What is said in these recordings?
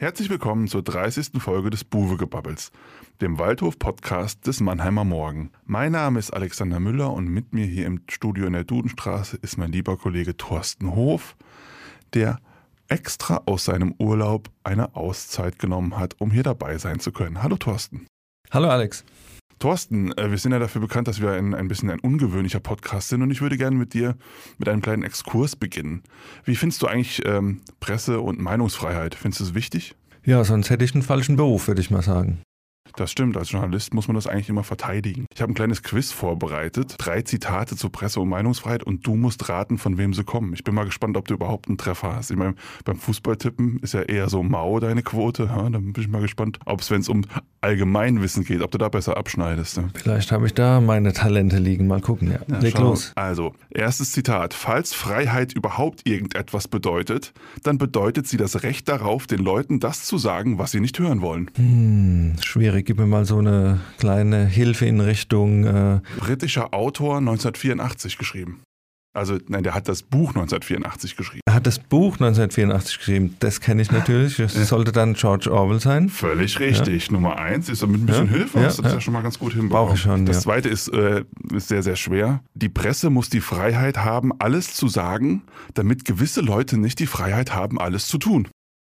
Herzlich willkommen zur 30. Folge des Buwegebabbels, dem Waldhof-Podcast des Mannheimer Morgen. Mein Name ist Alexander Müller und mit mir hier im Studio in der Dudenstraße ist mein lieber Kollege Thorsten Hof, der extra aus seinem Urlaub eine Auszeit genommen hat, um hier dabei sein zu können. Hallo Thorsten. Hallo Alex. Thorsten, wir sind ja dafür bekannt, dass wir ein bisschen ein ungewöhnlicher Podcast sind und ich würde gerne mit dir mit einem kleinen Exkurs beginnen. Wie findest du eigentlich Presse- und Meinungsfreiheit? Findest du es wichtig? Ja, sonst hätte ich einen falschen Beruf, würde ich mal sagen. Das stimmt, als Journalist muss man das eigentlich immer verteidigen. Ich habe ein kleines Quiz vorbereitet, 3 Zitate zur Presse- und Meinungsfreiheit und du musst raten, von wem sie kommen. Ich bin mal gespannt, ob du überhaupt einen Treffer hast. Ich meine, beim Fußballtippen ist ja eher so mau deine Quote. Ja, dann bin ich mal gespannt, wenn es um Allgemeinwissen geht, ob du da besser abschneidest. Ja. Vielleicht habe ich da meine Talente liegen. Mal gucken. Ja, leg los. Also, erstes Zitat. Falls Freiheit überhaupt irgendetwas bedeutet, dann bedeutet sie das Recht darauf, den Leuten das zu sagen, was sie nicht hören wollen. Schwierig. Gib mir mal so eine kleine Hilfe in Richtung... Britischer Autor 1984 geschrieben. Also, nein, der hat das Buch 1984 geschrieben. Er hat das Buch 1984 geschrieben. Das kenne ich natürlich. Das sollte dann George Orwell sein. Völlig richtig. Ja. Nummer 1 ist mit ein bisschen Hilfe. Das ist ja schon mal ganz gut hinbekommen. Brauche ich schon, das zweite ist sehr, sehr schwer. Die Presse muss die Freiheit haben, alles zu sagen, damit gewisse Leute nicht die Freiheit haben, alles zu tun.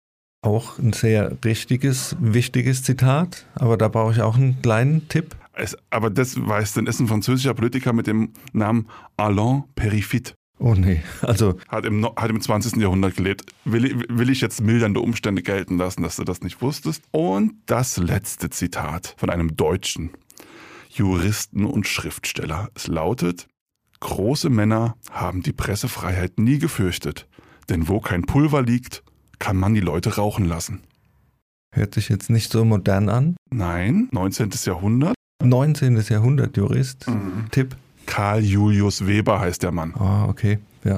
Auch ein sehr richtiges, wichtiges Zitat, aber da brauche ich auch einen kleinen Tipp. Aber das ist ein französischer Politiker mit dem Namen Alain Peyrefitte. Oh nee, also... Hat im 20. Jahrhundert gelebt. Will ich jetzt mildernde Umstände gelten lassen, dass du das nicht wusstest? Und das letzte Zitat von einem deutschen Juristen und Schriftsteller. Es lautet: Große Männer haben die Pressefreiheit nie gefürchtet, denn wo kein Pulver liegt, kann man die Leute rauchen lassen. Hört sich jetzt nicht so modern an? Nein, 19. Jahrhundert. 19. Jahrhundert, Jurist. Tipp? Karl Julius Weber heißt der Mann. Ah, okay. Ja,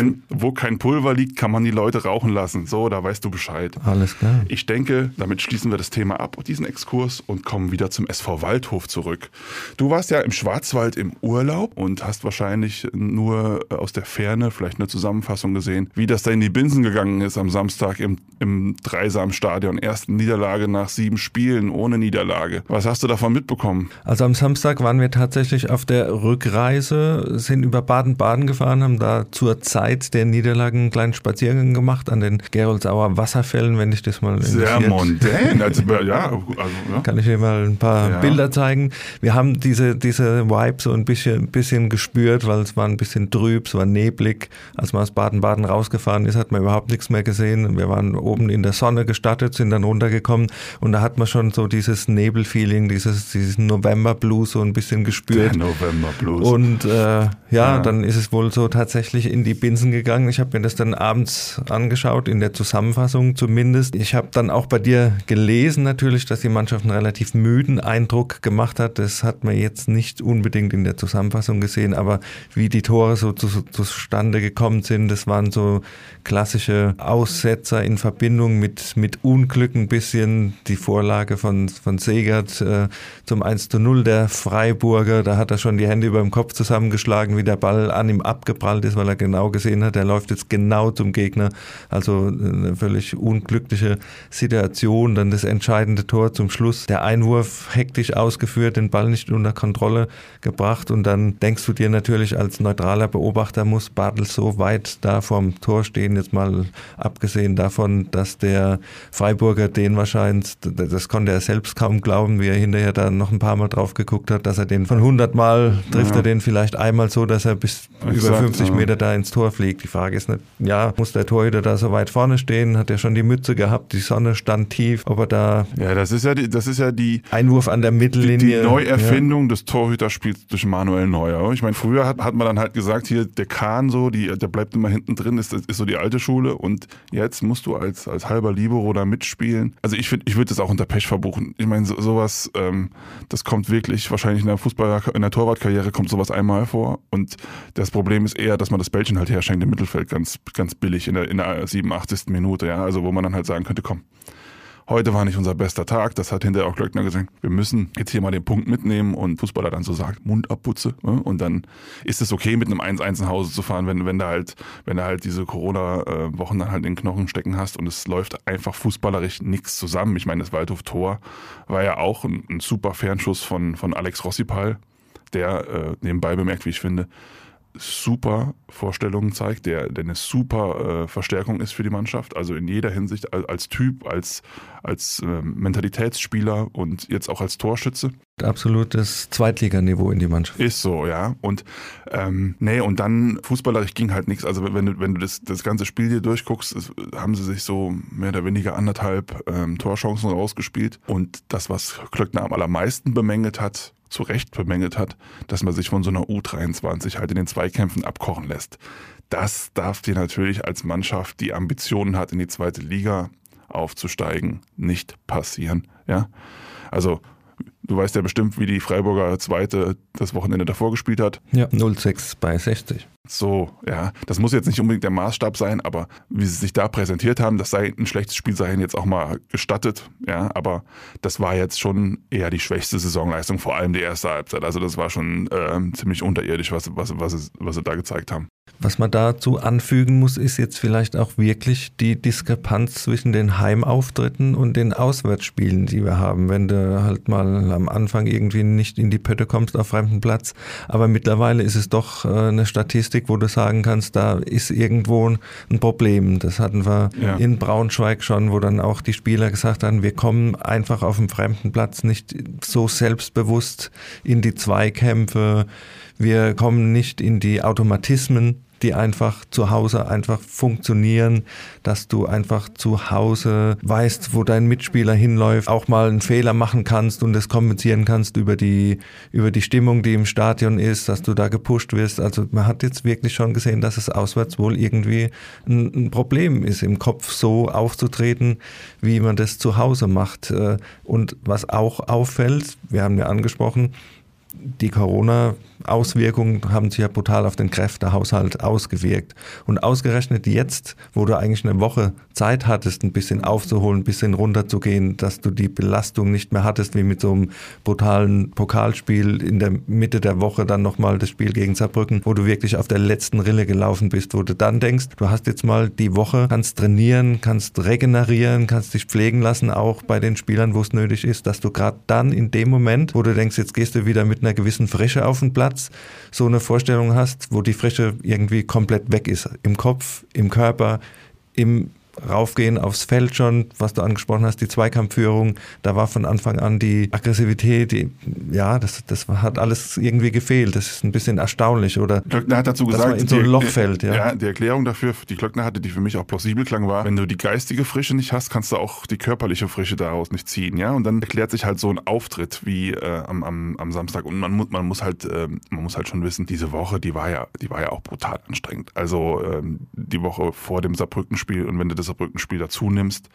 wo kein Pulver liegt, kann man die Leute rauchen lassen. So, da weißt du Bescheid. Alles klar. Ich denke, damit schließen wir das Thema ab, diesen Exkurs, und kommen wieder zum SV Waldhof zurück. Du warst ja im Schwarzwald im Urlaub und hast wahrscheinlich nur aus der Ferne vielleicht eine Zusammenfassung gesehen, wie das da in die Binsen gegangen ist am Samstag im Dreisamstadion. Ersten Niederlage nach 7 Spielen ohne Niederlage. Was hast du davon mitbekommen? Also am Samstag waren wir tatsächlich auf der Rückreise, sind über Baden-Baden gefahren, haben da zur Zeit der Niederlagen einen kleinen Spaziergang gemacht an den Geroldsauer Wasserfällen, wenn ich das mal interessiert. Sehr mondän. Kann ich dir mal ein paar Bilder zeigen. Wir haben diese Vibe so ein bisschen gespürt, weil es war ein bisschen trüb, es war neblig. Als man aus Baden-Baden rausgefahren ist, hat man überhaupt nichts mehr gesehen. Wir waren oben in der Sonne gestattet, sind dann runtergekommen und da hat man schon so dieses Nebelfeeling, dieses November-Blues so ein bisschen gespürt. Der November-Blues. Und dann ist es wohl so tatsächlich in die Binsen gegangen. Ich habe mir das dann abends angeschaut, in der Zusammenfassung zumindest. Ich habe dann auch bei dir gelesen natürlich, dass die Mannschaft einen relativ müden Eindruck gemacht hat. Das hat man jetzt nicht unbedingt in der Zusammenfassung gesehen, aber wie die Tore so zustande gekommen sind, das waren so klassische Aussetzer in Verbindung mit Unglück ein bisschen. Die Vorlage von Segert zum 1:0 der Freiburger, da hat er schon die Hände über dem Kopf zusammengeschlagen, wie der Ball an ihm abgeprallt ist, weil er genau gesehen hat, er läuft jetzt genau zum Gegner. Also eine völlig unglückliche Situation. Dann das entscheidende Tor zum Schluss. Der Einwurf hektisch ausgeführt, den Ball nicht unter Kontrolle gebracht und dann denkst du dir natürlich als neutraler Beobachter, muss Bartels so weit da vorm Tor stehen, jetzt mal abgesehen davon, dass der Freiburger den wahrscheinlich, das konnte er selbst kaum glauben, wie er hinterher da noch ein paar Mal drauf geguckt hat, dass er den von 100 Mal trifft er den vielleicht einmal so, dass er bis über 50 Meter da ins Tor fliegt. Die Frage ist nicht, muss der Torhüter da so weit vorne stehen? Hat er schon die Mütze gehabt? Die Sonne stand tief. Ob er da... Ja, das ist ja die Einwurf an der Mittellinie. Die Neuerfindung des Torhüterspiels durch Manuel Neuer. Ich meine, früher hat man dann halt gesagt, hier der Kahn so, der bleibt immer hinten drin, ist so die alte Schule und jetzt musst du als halber Libero da mitspielen. Also ich würde das auch unter Pech verbuchen. Ich meine, sowas, das kommt wirklich, wahrscheinlich in der Torwartkarriere kommt sowas einmal vor und das Problem ist eher, dass man das Bällchen halt herschenkt im Mittelfeld ganz, ganz billig in der 87. Minute, ja, also wo man dann halt sagen könnte, komm, heute war nicht unser bester Tag. Das hat hinterher auch Glöckner gesagt, wir müssen jetzt hier mal den Punkt mitnehmen und Fußballer dann so sagt, Mund abputze. Und dann ist es okay, mit einem 1-1 nach Hause zu fahren, wenn du halt diese Corona-Wochen dann halt in den Knochen stecken hast und es läuft einfach fußballerisch nichts zusammen. Ich meine, das Waldhof-Tor war ja auch ein super Fernschuss von Alex Rossipal, der nebenbei bemerkt, wie ich finde, super Vorstellungen zeigt, der eine super Verstärkung ist für die Mannschaft, also in jeder Hinsicht als Typ, als Mentalitätsspieler und jetzt auch als Torschütze. Absolutes Zweitliganiveau in die Mannschaft. Ist so, ja. Und und dann fußballerisch ging halt nichts. Also wenn du das ganze Spiel hier durchguckst, haben sie sich so mehr oder weniger 1,5 Torchancen rausgespielt. Und das, was Glöckner am allermeisten bemängelt hat, zu Recht bemängelt hat, dass man sich von so einer U23 halt in den Zweikämpfen abkochen lässt. Das darf dir natürlich als Mannschaft, die Ambitionen hat, in die zweite Liga aufzusteigen, nicht passieren. Ja? Also du weißt ja bestimmt, wie die Freiburger Zweite das Wochenende davor gespielt hat. Ja, 0-6 bei 60. So, ja, das muss jetzt nicht unbedingt der Maßstab sein, aber wie sie sich da präsentiert haben, das sei ein schlechtes Spiel, sei ihnen jetzt auch mal gestattet, ja, aber das war jetzt schon eher die schwächste Saisonleistung, vor allem die erste Halbzeit. Also das war schon ziemlich unterirdisch, was sie da gezeigt haben. Was man dazu anfügen muss, ist jetzt vielleicht auch wirklich die Diskrepanz zwischen den Heimauftritten und den Auswärtsspielen, die wir haben. Wenn du halt mal am Anfang irgendwie nicht in die Pötte kommst auf fremdem Platz, aber mittlerweile ist es doch eine Statistik, wo du sagen kannst, da ist irgendwo ein Problem. Das hatten wir in Braunschweig schon, wo dann auch die Spieler gesagt haben, wir kommen einfach auf dem fremden Platz nicht so selbstbewusst in die Zweikämpfe, wir kommen nicht in die Automatismen, die einfach zu Hause einfach funktionieren, dass du einfach zu Hause weißt, wo dein Mitspieler hinläuft, auch mal einen Fehler machen kannst und das kompensieren kannst über die Stimmung, die im Stadion ist, dass du da gepusht wirst. Also man hat jetzt wirklich schon gesehen, dass es auswärts wohl irgendwie ein Problem ist, im Kopf so aufzutreten, wie man das zu Hause macht. Und was auch auffällt, wir haben ja angesprochen, die Corona-Auswirkungen haben sich ja brutal auf den Kräftehaushalt ausgewirkt. Und ausgerechnet jetzt, wo du eigentlich eine Woche Zeit hattest, ein bisschen aufzuholen, ein bisschen runterzugehen, dass du die Belastung nicht mehr hattest, wie mit so einem brutalen Pokalspiel in der Mitte der Woche, dann nochmal das Spiel gegen Saarbrücken, wo du wirklich auf der letzten Rille gelaufen bist, wo du dann denkst, du hast jetzt mal die Woche, kannst trainieren, kannst regenerieren, kannst dich pflegen lassen, auch bei den Spielern, wo es nötig ist, dass du gerade dann in dem Moment, wo du denkst, jetzt gehst du wieder mit einer gewissen Frische auf den Platz, so eine Vorstellung hast, wo die Frische irgendwie komplett weg ist. Im Kopf, im Körper, im Raufgehen aufs Feld schon, was du angesprochen hast, die Zweikampfführung, da war von Anfang an die Aggressivität, das hat alles irgendwie gefehlt. Das ist ein bisschen erstaunlich, oder? Glöckner hat dazu gesagt, dass man in so ein Loch fällt. Ja, die Erklärung dafür, die Glöckner hatte, die für mich auch plausibel klang, war, wenn du die geistige Frische nicht hast, kannst du auch die körperliche Frische daraus nicht ziehen, ja? Und dann erklärt sich halt so ein Auftritt wie am Samstag und man muss halt schon wissen, diese Woche, die war ja auch brutal anstrengend. Also die Woche vor dem Saarbrücken-Spiel, und wenn du das Saarbrücken-Spiel dazu nimmst,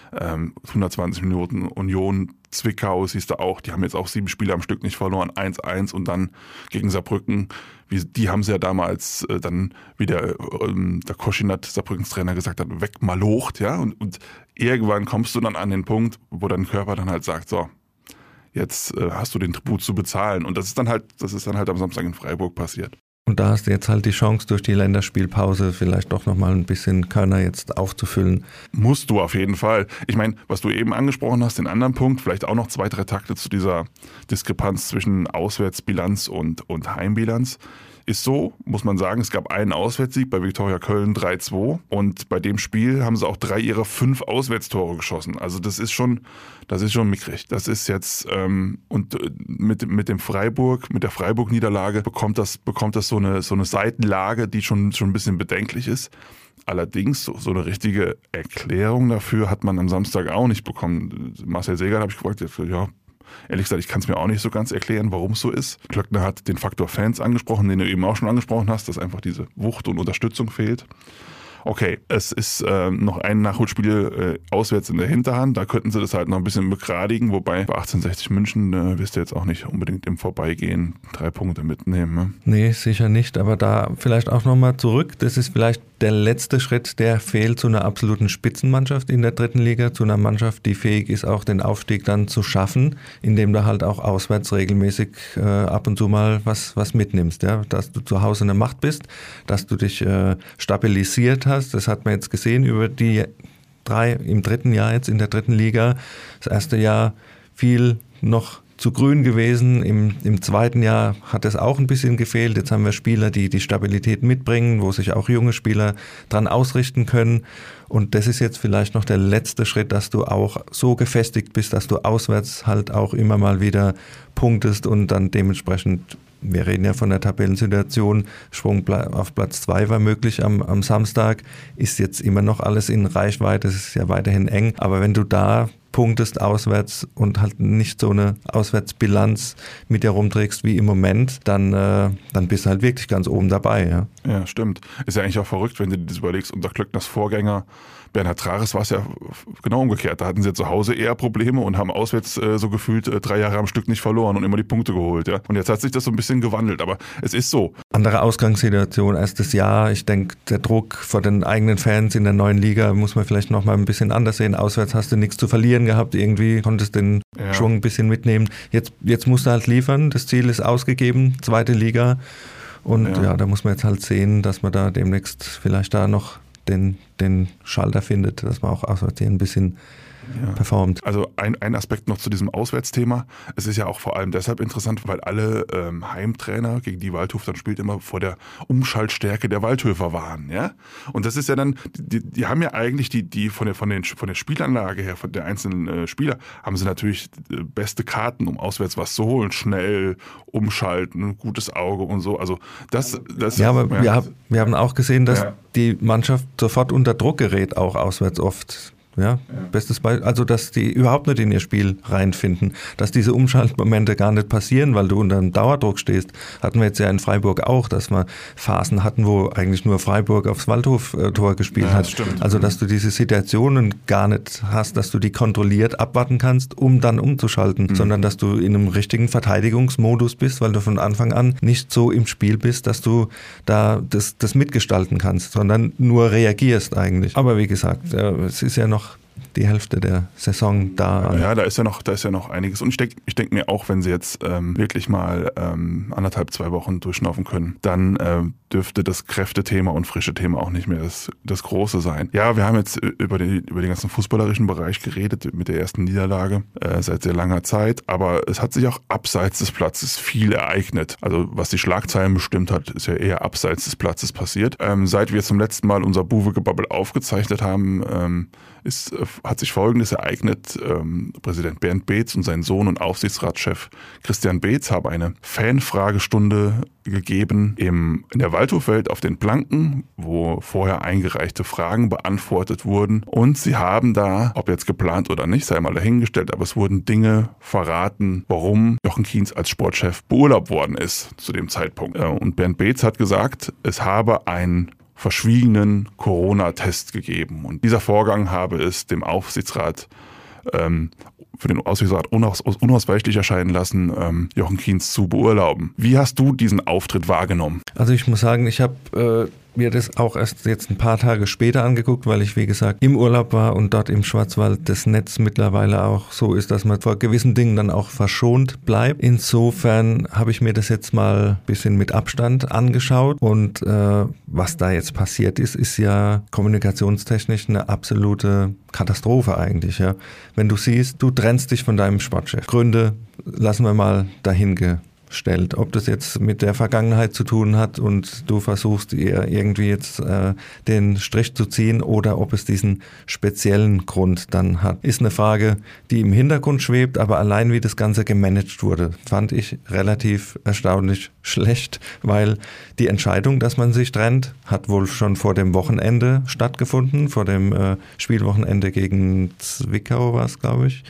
120 Minuten Union, Zwickau, siehst du auch, die haben jetzt auch 7 Spiele am Stück nicht verloren, 1-1 und dann gegen Saarbrücken, die haben sie ja damals dann, wie der Koschinat, Saarbrückens Trainer, gesagt hat, wegmalocht, ja, und irgendwann kommst du dann an den Punkt, wo dein Körper dann halt sagt, so, jetzt hast du den Tribut zu bezahlen, und das ist dann halt am Samstag in Freiburg passiert. Und da hast du jetzt halt die Chance, durch die Länderspielpause vielleicht doch nochmal ein bisschen Körner jetzt aufzufüllen. Musst du auf jeden Fall. Ich meine, was du eben angesprochen hast, den anderen Punkt, vielleicht auch noch 2, 3 Takte zu dieser Diskrepanz zwischen Auswärtsbilanz und Heimbilanz. Ist so, muss man sagen, es gab einen Auswärtssieg bei Viktoria Köln 3-2 und bei dem Spiel haben sie auch 3 ihrer 5 Auswärtstore geschossen. Also das ist schon mickrig. Das ist jetzt und mit der Freiburg-Niederlage bekommt das so eine Seitenlage, die schon ein bisschen bedenklich ist. Allerdings, so eine richtige Erklärung dafür hat man am Samstag auch nicht bekommen. Marcel Segal habe ich gefragt, ja, ehrlich gesagt, ich kann es mir auch nicht so ganz erklären, warum es so ist. Glöckner hat den Faktor Fans angesprochen, den du eben auch schon angesprochen hast, dass einfach diese Wucht und Unterstützung fehlt. okay, es ist noch ein Nachholspiel auswärts in der Hinterhand, da könnten sie das halt noch ein bisschen begradigen, wobei bei 1860 München wirst du jetzt auch nicht unbedingt im Vorbeigehen 3 Punkte mitnehmen. Ne? Nee, sicher nicht, aber da vielleicht auch nochmal zurück, das ist vielleicht der letzte Schritt, der fehlt zu einer absoluten Spitzenmannschaft in der 3. Liga, zu einer Mannschaft, die fähig ist, auch den Aufstieg dann zu schaffen, indem du halt auch auswärts regelmäßig ab und zu mal was mitnimmst, ja? Dass du zu Hause eine Macht bist, dass du dich stabilisiert hast, das hat man jetzt gesehen über die im 3. Jahr jetzt in der 3. Liga, das erste Jahr viel noch zu grün gewesen. Im 2. Jahr hat es auch ein bisschen gefehlt. Jetzt haben wir Spieler, die die Stabilität mitbringen, wo sich auch junge Spieler dran ausrichten können. Und das ist jetzt vielleicht noch der letzte Schritt, dass du auch so gefestigt bist, dass du auswärts halt auch immer mal wieder punktest und dann dementsprechend, wir reden ja von der Tabellensituation, Sprung auf Platz 2 war möglich am Samstag, ist jetzt immer noch alles in Reichweite, es ist ja weiterhin eng, aber wenn du da punktest auswärts und halt nicht so eine Auswärtsbilanz mit dir rumträgst wie im Moment, dann bist du halt wirklich ganz oben dabei. Ja, ja, stimmt. Ist ja eigentlich auch verrückt, wenn du dir das überlegst, unter Klöckners Vorgänger Bernhard Trares war es ja genau umgekehrt. Da hatten sie ja zu Hause eher Probleme und haben auswärts so gefühlt 3 Jahre am Stück nicht verloren und immer die Punkte geholt. Ja? Und jetzt hat sich das so ein bisschen gewandelt, aber es ist so. Andere Ausgangssituation, erstes Jahr. Ich denke, der Druck vor den eigenen Fans in der neuen Liga muss man vielleicht noch mal ein bisschen anders sehen. Auswärts hast du nichts zu verlieren gehabt, irgendwie konntest den Schwung ein bisschen mitnehmen. Jetzt musst du halt liefern, das Ziel ist ausgegeben, 2. Liga. Und ja, da muss man jetzt halt sehen, dass man da demnächst vielleicht da noch den Schalter findet, dass man auch auswärts hier ein bisschen performt. Also ein Aspekt noch zu diesem Auswärtsthema. Es ist ja auch vor allem deshalb interessant, weil alle Heimtrainer, gegen die Waldhof dann spielt, immer vor der Umschaltstärke der Waldhöfer waren. Ja? Und das ist ja dann, die haben ja eigentlich die von der Spielanlage her, von der einzelnen Spieler, haben sie natürlich beste Karten, um auswärts was zu holen. Schnell, umschalten, gutes Auge und so. Also das ja, aber wir haben auch gesehen, dass die Mannschaft sofort unter Druck gerät, auch auswärts oft. Ja, bestes Beispiel, also dass die überhaupt nicht in ihr Spiel reinfinden, dass diese Umschaltmomente gar nicht passieren, weil du unter einem Dauerdruck stehst. Hatten wir jetzt ja in Freiburg auch, dass wir Phasen hatten, wo eigentlich nur Freiburg aufs Waldhof-Tor gespielt hat. Stimmt. Also dass du diese Situationen gar nicht hast, dass du die kontrolliert abwarten kannst, um dann umzuschalten, sondern dass du in einem richtigen Verteidigungsmodus bist, weil du von Anfang an nicht so im Spiel bist, dass du da das mitgestalten kannst, sondern nur reagierst eigentlich. Aber wie gesagt, es ist ja noch die Hälfte der Saison da. Ja, da ist ja noch einiges. Und ich denk mir auch, wenn sie jetzt wirklich mal 1,5, 2 Wochen durchschnaufen können, dann dürfte das Kräftethema und frische Thema auch nicht mehr das Große sein. Ja, wir haben jetzt über den ganzen fußballerischen Bereich geredet mit der ersten Niederlage seit sehr langer Zeit, aber es hat sich auch abseits des Platzes viel ereignet. Also was die Schlagzeilen bestimmt hat, ist ja eher abseits des Platzes passiert. Seit wir zum letzten Mal unser Buwe-Gebabbel aufgezeichnet haben, hat sich Folgendes ereignet. Präsident Bernd Beetz und sein Sohn und Aufsichtsratschef Christian Beetz haben eine Fanfragestunde gegeben in der Waldhofwelt auf den Planken, wo vorher eingereichte Fragen beantwortet wurden. Und sie haben da, ob jetzt geplant oder nicht, sei mal dahingestellt, aber es wurden Dinge verraten, warum Jochen Kienz als Sportchef beurlaubt worden ist zu dem Zeitpunkt. Und Bernd Beetz hat gesagt, es habe einen verschwiegenen Corona-Test gegeben. Und dieser Vorgang habe es dem Aufsichtsrat für den Aufsichtsrat unausweichlich erscheinen lassen, Jochen Kienz zu beurlauben. Wie hast du diesen Auftritt wahrgenommen? Also ich muss sagen, ich habe mir das auch erst jetzt ein paar Tage später angeguckt, weil ich, wie gesagt, im Urlaub war und dort im Schwarzwald das Netz mittlerweile auch so ist, dass man vor gewissen Dingen dann auch verschont bleibt. Insofern habe ich mir das jetzt mal ein bisschen mit Abstand angeschaut und was da jetzt passiert ist ja kommunikationstechnisch eine absolute Katastrophe eigentlich. Ja. Wenn du siehst, du trennst dich von deinem Sportchef. Gründe lassen wir mal dahingestellt. Ob das jetzt mit der Vergangenheit zu tun hat und du versuchst ihr irgendwie jetzt den Strich zu ziehen oder ob es diesen speziellen Grund dann hat, ist eine Frage, die im Hintergrund schwebt, aber allein wie das Ganze gemanagt wurde, fand ich relativ erstaunlich schlecht, weil die Entscheidung, dass man sich trennt, hat wohl schon vor dem Wochenende stattgefunden, vor dem Spielwochenende gegen Zwickau war es, glaube ich.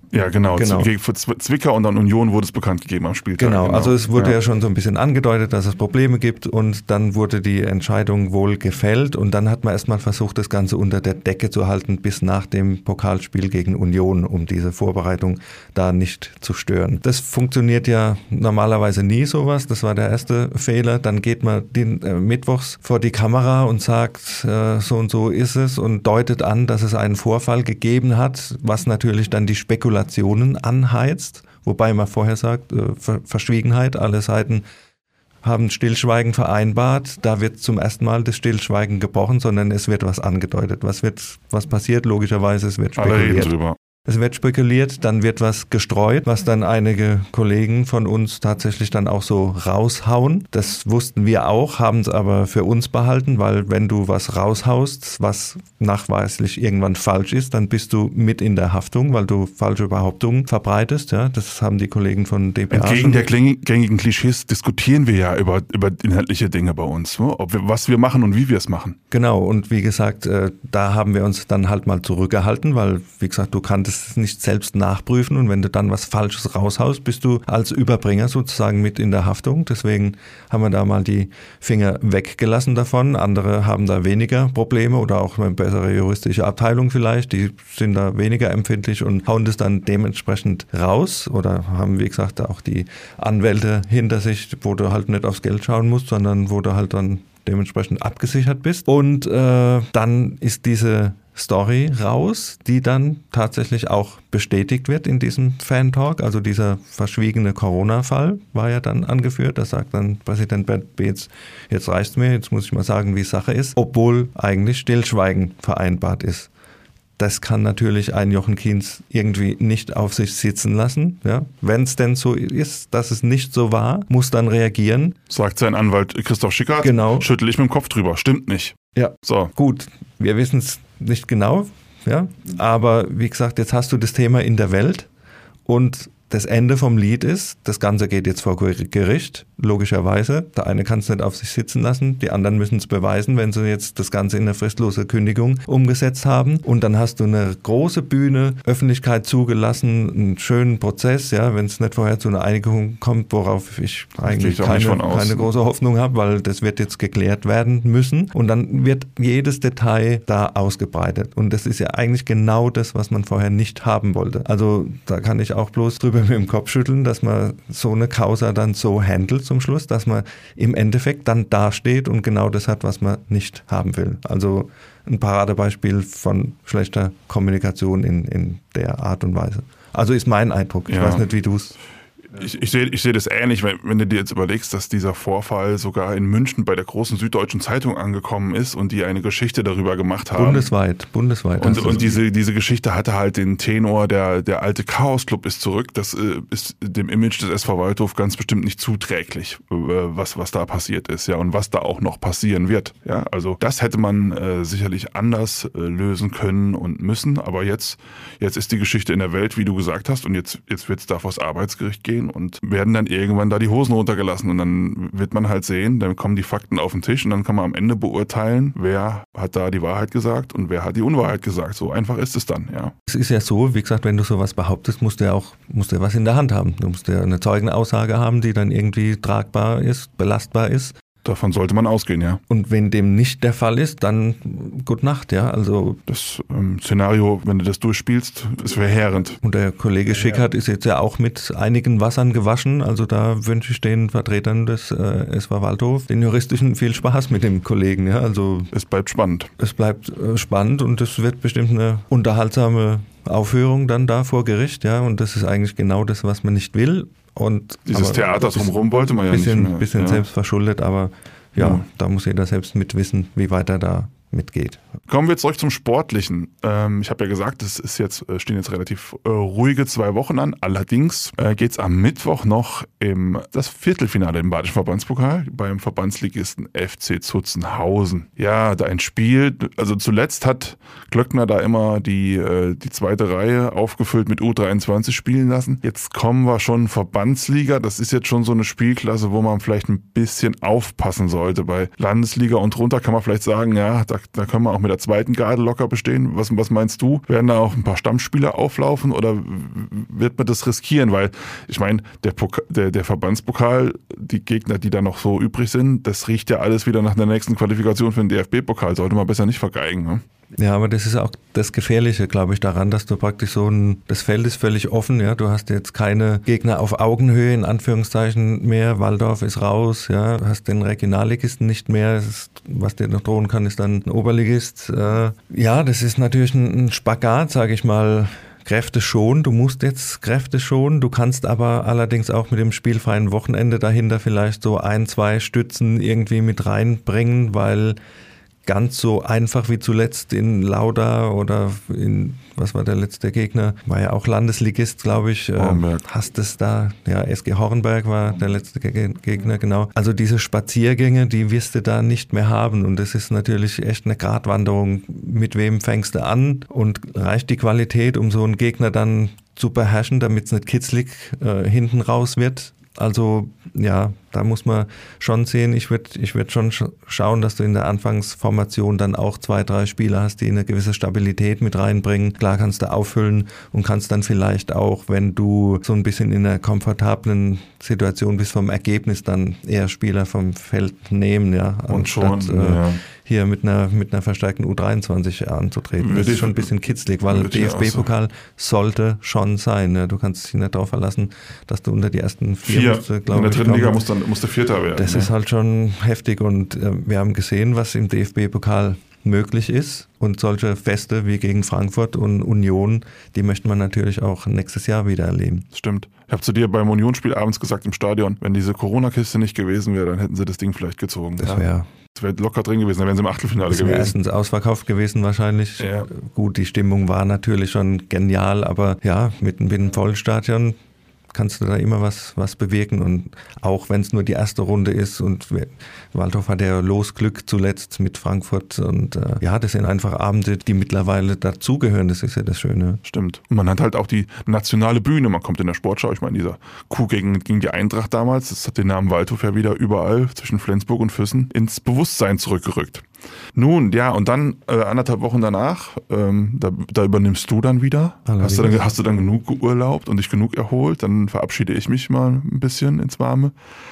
Ja, genau. Für Zwickau und dann Union wurde es bekannt gegeben am Spieltag. Genau, also es wurde ja schon so ein bisschen angedeutet, dass es Probleme gibt und dann wurde die Entscheidung wohl gefällt und dann hat man erstmal versucht, das Ganze unter der Decke zu halten bis nach dem Pokalspiel gegen Union, um diese Vorbereitung da nicht zu stören. Das funktioniert ja normalerweise nie sowas, das war der erste Fehler. Dann geht man mittwochs vor die Kamera und sagt, so und so ist es und deutet an, dass es einen Vorfall gegeben hat, was natürlich dann die Spekulationen anheizt, wobei man vorher sagt, Verschwiegenheit, alle Seiten haben Stillschweigen vereinbart, da wird zum ersten Mal das Stillschweigen gebrochen, sondern es wird was angedeutet. Was passiert? Logischerweise, es wird spekuliert. Alle reden drüber. Es wird spekuliert, dann wird was gestreut, was dann einige Kollegen von uns tatsächlich dann auch so raushauen. Das wussten wir auch, haben es aber für uns behalten, weil wenn du was raushaust, was nachweislich irgendwann falsch ist, dann bist du mit in der Haftung, weil du falsche Behauptungen verbreitest. Ja, das haben die Kollegen von dpa Entgegen der gängigen Klischees diskutieren wir ja über inhaltliche Dinge bei uns, ne? Was wir machen und wie wir es machen. Genau, und wie gesagt, da haben wir uns dann halt mal zurückgehalten, weil, wie gesagt, du kanntest es nicht selbst nachprüfen und wenn du dann was Falsches raushaust, bist du als Überbringer sozusagen mit in der Haftung. Deswegen haben wir da mal die Finger weggelassen davon. Andere haben da weniger Probleme oder auch eine bessere juristische Abteilung vielleicht, die sind da weniger empfindlich und hauen das dann dementsprechend raus oder haben, wie gesagt, auch die Anwälte hinter sich, wo du halt nicht aufs Geld schauen musst, sondern wo du halt dann dementsprechend abgesichert bist. Und dann ist diese Story raus, die dann tatsächlich auch bestätigt wird in diesem Fan-Talk. Also dieser verschwiegene Corona-Fall war ja dann angeführt. Da sagt dann Präsident Bert Beetz, jetzt reicht's mir, jetzt muss ich mal sagen, wie Sache ist, obwohl eigentlich Stillschweigen vereinbart ist. Das kann natürlich ein Jochen Kienz irgendwie nicht auf sich sitzen lassen. Ja? Wenn es denn so ist, dass es nicht so war, muss dann reagieren. Sagt sein Anwalt Christoph Schickhardt, genau. Schüttel ich mit dem Kopf drüber. Stimmt nicht. Ja, so. Gut, wir wissen es nicht genau, ja? Aber wie gesagt, jetzt hast du das Thema in der Welt und das Ende vom Lied ist, das Ganze geht jetzt vor Gericht, logischerweise. Der eine kann es nicht auf sich sitzen lassen, die anderen müssen es beweisen, wenn sie jetzt das Ganze in eine fristlose Kündigung umgesetzt haben. Und dann hast du eine große Bühne, Öffentlichkeit zugelassen, einen schönen Prozess, ja, wenn es nicht vorher zu einer Einigung kommt, worauf ich eigentlich keine große Hoffnung habe, weil das wird jetzt geklärt werden müssen. Und dann wird jedes Detail da ausgebreitet. Und das ist ja eigentlich genau das, was man vorher nicht haben wollte. Also da kann ich auch bloß drüber mit dem Kopf schütteln, dass man so eine Causa dann so handelt zum Schluss, dass man im Endeffekt dann dasteht und genau das hat, was man nicht haben will. Also ein Paradebeispiel von schlechter Kommunikation in der Art und Weise. Also ist mein Eindruck. Ich weiß nicht, wie du es... Ich sehe das ähnlich, wenn du dir jetzt überlegst, dass dieser Vorfall sogar in München bei der großen Süddeutschen Zeitung angekommen ist und die eine Geschichte darüber gemacht haben. Bundesweit. Und diese Geschichte hatte halt den Tenor, der alte Chaos-Club ist zurück. Das ist dem Image des SV Waldhof ganz bestimmt nicht zuträglich, was da passiert ist, ja, und was da auch noch passieren wird. Ja, also das hätte man sicherlich anders lösen können und müssen, aber jetzt ist die Geschichte in der Welt, wie du gesagt hast, und jetzt wird es da vors Arbeitsgericht gehen und werden dann irgendwann da die Hosen runtergelassen und dann wird man halt sehen, dann kommen die Fakten auf den Tisch und dann kann man am Ende beurteilen, wer hat da die Wahrheit gesagt und wer hat die Unwahrheit gesagt. So einfach ist es dann, ja. Es ist ja so, wie gesagt, wenn du sowas behauptest, musst du ja was in der Hand haben. Du musst ja eine Zeugenaussage haben, die dann irgendwie tragbar ist, belastbar ist. Davon sollte man ausgehen, ja. Und wenn dem nicht der Fall ist, dann gute Nacht, ja. Also das Szenario, wenn du das durchspielst, ist verheerend. Und der Kollege Schickhardt ist jetzt ja auch mit einigen Wassern gewaschen. Also da wünsche ich den Vertretern des SV Waldhof, den Juristischen, viel Spaß mit dem Kollegen, ja. Also es bleibt spannend. Es bleibt spannend und es wird bestimmt eine unterhaltsame Aufführung dann da vor Gericht, ja. Und das ist eigentlich genau das, was man nicht will. Und dieses Theater drumherum wollte man ja nicht mehr. Bisschen selbst verschuldet, aber ja, da muss jeder selbst mitwissen, wie weit er da mitgeht. Kommen wir zurück zum Sportlichen. Ich habe ja gesagt, stehen jetzt relativ ruhige 2 Wochen an. Allerdings geht es am Mittwoch noch das Viertelfinale im Badischen Verbandspokal beim Verbandsligisten FC Zutzenhausen. Ja, da ein Spiel, also zuletzt hat Glöckner da immer die zweite Reihe aufgefüllt mit U23 spielen lassen. Jetzt kommen wir schon Verbandsliga. Das ist jetzt schon so eine Spielklasse, wo man vielleicht ein bisschen aufpassen sollte. Bei Landesliga und runter kann man vielleicht sagen, ja, da da können wir auch mit der zweiten Garde locker bestehen. Was meinst du? Werden da auch ein paar Stammspieler auflaufen oder wird man das riskieren? Weil ich meine, der Verbandspokal, die Gegner, die da noch so übrig sind, das riecht ja alles wieder nach der nächsten Qualifikation für den DFB-Pokal. Sollte man besser nicht vergeigen. Ne? Ja, aber das ist auch das Gefährliche, glaube ich, daran, dass du praktisch das Feld ist völlig offen, ja, du hast jetzt keine Gegner auf Augenhöhe, in Anführungszeichen mehr, Walldorf ist raus, ja, du hast den Regionalligisten nicht mehr, was dir noch drohen kann, ist dann ein Oberligist. Ja, das ist natürlich ein Spagat, sage ich mal, Kräfte schon, du musst jetzt Kräfte schonen, du kannst aber allerdings auch mit dem spielfreien Wochenende dahinter vielleicht so 1-2 Stützen irgendwie mit reinbringen, weil ganz so einfach wie zuletzt in Lauda oder was war der letzte Gegner? War ja auch Landesligist, glaube ich. Hast es da, ja, SG Hornberg war der letzte Gegner, genau. Also diese Spaziergänge, die wirst du da nicht mehr haben und das ist natürlich echt eine Gratwanderung. Mit wem fängst du an und reicht die Qualität, um so einen Gegner dann zu beherrschen, damit es nicht kitzlig hinten raus wird? Also ja, da muss man schon sehen, ich würd schon schauen, dass du in der Anfangsformation dann auch 2-3 Spieler hast, die eine gewisse Stabilität mit reinbringen. Klar kannst du auffüllen und kannst dann vielleicht auch, wenn du so ein bisschen in einer komfortablen Situation bist vom Ergebnis, dann eher Spieler vom Feld nehmen, ja. Und schon, hier mit einer verstärkten U23 anzutreten. Das ist schon ein bisschen kitzlig, weil DFB-Pokal sollte schon sein. Ne? Du kannst dich nicht darauf verlassen, dass du unter die ersten 4 musst, glaube ich. In der dritten Liga musst du Vierter werden. Das ist halt schon heftig und wir haben gesehen, was im DFB-Pokal möglich ist und solche Feste wie gegen Frankfurt und Union, die möchte man natürlich auch nächstes Jahr wieder erleben. Stimmt. Ich habe zu dir beim Unionsspiel abends gesagt im Stadion, wenn diese Corona-Kiste nicht gewesen wäre, dann hätten sie das Ding vielleicht gezogen. Das wäre locker drin gewesen, dann wären sie im Achtelfinale gewesen. Das wäre erstens ausverkauft gewesen wahrscheinlich. Ja. Gut, die Stimmung war natürlich schon genial, aber ja, mit einem vollen Stadion kannst du da immer was bewirken und auch wenn es nur die erste Runde ist und Waldhof hat ja Losglück zuletzt mit Frankfurt und ja, das sind einfach Abende, die mittlerweile dazugehören, das ist ja das Schöne. Stimmt. Und man hat halt auch die nationale Bühne, man kommt in der Sportschau, ich meine dieser Coup gegen die Eintracht damals, das hat den Namen Waldhof ja wieder überall zwischen Flensburg und Füssen ins Bewusstsein zurückgerückt. Nun, ja, und dann 1,5 Wochen danach, da übernimmst du dann wieder. Hast du dann genug geurlaubt und dich genug erholt? Dann verabschiede ich mich mal ein bisschen ins Warme.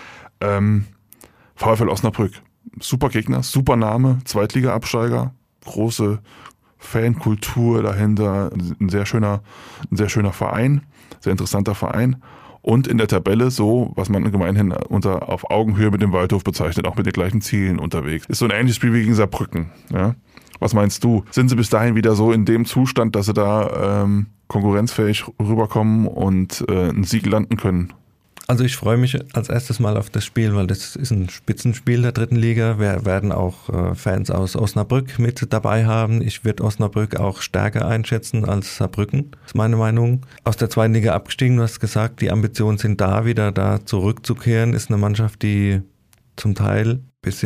VfL Osnabrück, super Gegner, super Name, Zweitliga-Absteiger, große Fankultur dahinter, ein sehr schöner Verein, sehr interessanter Verein. Und in der Tabelle so, was man gemeinhin auf Augenhöhe mit dem Waldhof bezeichnet, auch mit den gleichen Zielen unterwegs. Ist so ein ähnliches Spiel wie gegen Saarbrücken. Ja? Was meinst du? Sind sie bis dahin wieder so in dem Zustand, dass sie da konkurrenzfähig rüberkommen und einen Sieg landen können? Also ich freue mich als erstes mal auf das Spiel, weil das ist ein Spitzenspiel der dritten Liga. Wir werden auch Fans aus Osnabrück mit dabei haben. Ich würde Osnabrück auch stärker einschätzen als Saarbrücken, ist meine Meinung. Aus der zweiten Liga abgestiegen, du hast gesagt, die Ambitionen sind da, wieder da zurückzukehren. Ist eine Mannschaft, die zum Teil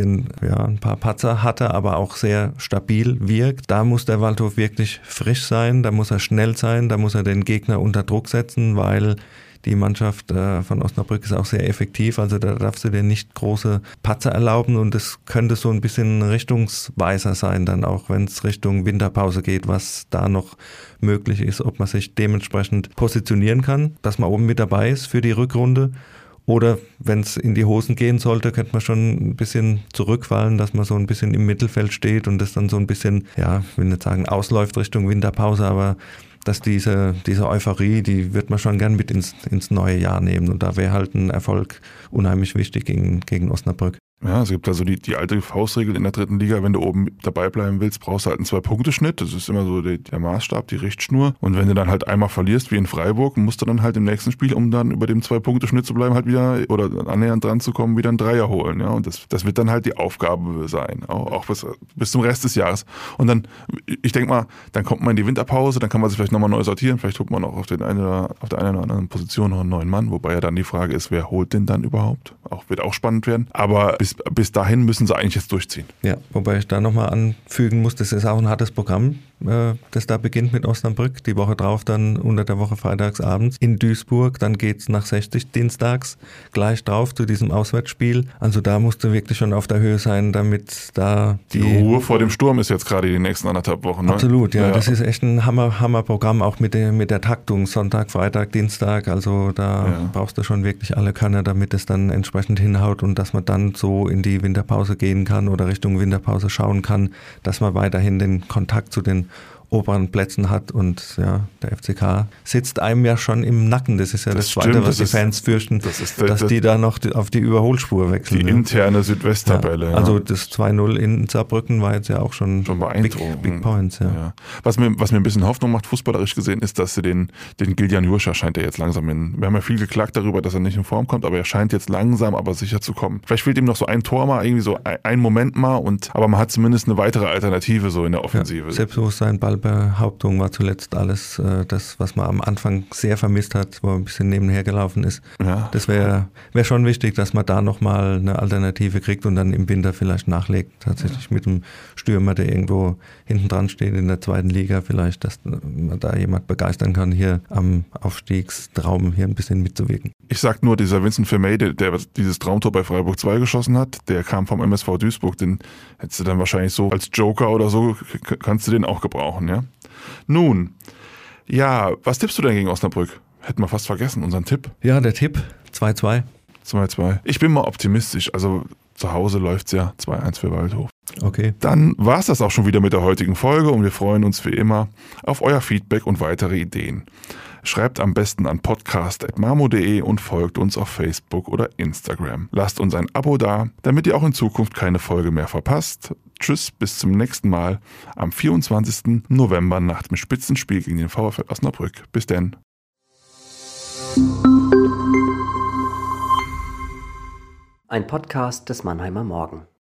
ein paar Patzer hatte, aber auch sehr stabil wirkt. Da muss der Waldhof wirklich frisch sein, da muss er schnell sein, da muss er den Gegner unter Druck setzen, weil die Mannschaft von Osnabrück ist auch sehr effektiv, also da darfst du dir nicht große Patzer erlauben und es könnte so ein bisschen richtungsweiser sein, dann auch wenn es Richtung Winterpause geht, was da noch möglich ist, ob man sich dementsprechend positionieren kann, dass man oben mit dabei ist für die Rückrunde. Oder wenn es in die Hosen gehen sollte, könnte man schon ein bisschen zurückfallen, dass man so ein bisschen im Mittelfeld steht und das dann so ein bisschen, ja, ich will nicht sagen ausläuft Richtung Winterpause, aber dass diese Euphorie, die wird man schon gern mit ins neue Jahr nehmen. Und da wäre halt ein Erfolg unheimlich wichtig gegen Osnabrück. Ja, es gibt also die alte Faustregel in der dritten Liga, wenn du oben dabei bleiben willst, brauchst du halt einen 2-Punkte-Schnitt. Das ist immer so der Maßstab, die Richtschnur. Und wenn du dann halt einmal verlierst, wie in Freiburg, musst du dann halt im nächsten Spiel, um dann über dem 2-Punkte-Schnitt zu bleiben, halt wieder oder annähernd dran zu kommen, wieder einen Dreier holen. Ja, und das wird dann halt die Aufgabe sein, auch bis zum Rest des Jahres. Und dann, ich denke mal, dann kommt man in die Winterpause, dann kann man sich vielleicht nochmal neu sortieren, vielleicht holt man auch auf der einen oder anderen Position noch einen neuen Mann, wobei ja dann die Frage ist, wer holt den dann überhaupt? Wird auch spannend werden. Aber bis dahin müssen sie eigentlich jetzt durchziehen. Ja, wobei ich da nochmal anfügen muss, das ist auch ein hartes Programm. das da beginnt mit Osnabrück, die Woche drauf dann unter der Woche freitags abends in Duisburg, dann geht's nach 60 dienstags gleich drauf zu diesem Auswärtsspiel. Also da musst du wirklich schon auf der Höhe sein, damit da die Ruhe vor dem Sturm ist jetzt gerade die nächsten 1,5 Wochen. Ne? Absolut, ja. Das ist echt ein Hammerprogramm, auch mit der Taktung, Sonntag, Freitag, Dienstag. Also da brauchst du schon wirklich alle Körner, damit es dann entsprechend hinhaut und dass man dann so in die Winterpause gehen kann oder Richtung Winterpause schauen kann, dass man weiterhin den Kontakt zu den oberen Plätzen hat und ja, der FCK sitzt einem ja schon im Nacken. Das ist ja das Zweite, was die Fans fürchten, dass die da noch auf die Überholspur wechseln. Die interne Südwesttabelle. Ja, also das 2-0 in Saarbrücken war jetzt ja auch schon beeindruckend. Big Points. Ja. Was mir ein bisschen Hoffnung macht, fußballerisch gesehen, ist, dass sie den Giljan Jurscha scheint er jetzt langsam wir haben ja viel geklagt darüber, dass er nicht in Form kommt, aber er scheint jetzt langsam aber sicher zu kommen. Vielleicht fehlt ihm noch so ein Tor mal, irgendwie so ein Moment mal, aber man hat zumindest eine weitere Alternative so in der Offensive. Ja, Selbstbewusstsein, Ballbehauptung war zuletzt alles das, was man am Anfang sehr vermisst hat, wo er ein bisschen nebenher gelaufen ist. Ja. Das wäre schon wichtig, dass man da nochmal eine Alternative kriegt und dann im Winter vielleicht nachlegt, tatsächlich mit einem Stürmer, der irgendwo hinten dran steht in der 2. Liga, vielleicht, dass man da jemand begeistern kann, hier am Aufstiegstraum hier ein bisschen mitzuwirken. Ich sag nur, dieser Vincent Vermey, der dieses Traumtor bei Freiburg 2 geschossen hat, der kam vom MSV Duisburg, den hättest du dann wahrscheinlich so als Joker oder so, kannst du den auch gebrauchen, ja? Nun, ja, was tippst du denn gegen Osnabrück? Hätten wir fast vergessen, unseren Tipp. Ja, der Tipp, 2-2. 2-2. Ich bin mal optimistisch, also zu Hause läuft's ja 2-1 für Waldhof. Okay. Dann war's das auch schon wieder mit der heutigen Folge und wir freuen uns wie immer auf euer Feedback und weitere Ideen. Schreibt am besten an podcast@marmo.de und folgt uns auf Facebook oder Instagram. Lasst uns ein Abo da, damit ihr auch in Zukunft keine Folge mehr verpasst. Tschüss, bis zum nächsten Mal am 24. November nach dem Spitzenspiel gegen den VfL Osnabrück. Bis denn. Ein Podcast des Mannheimer Morgen.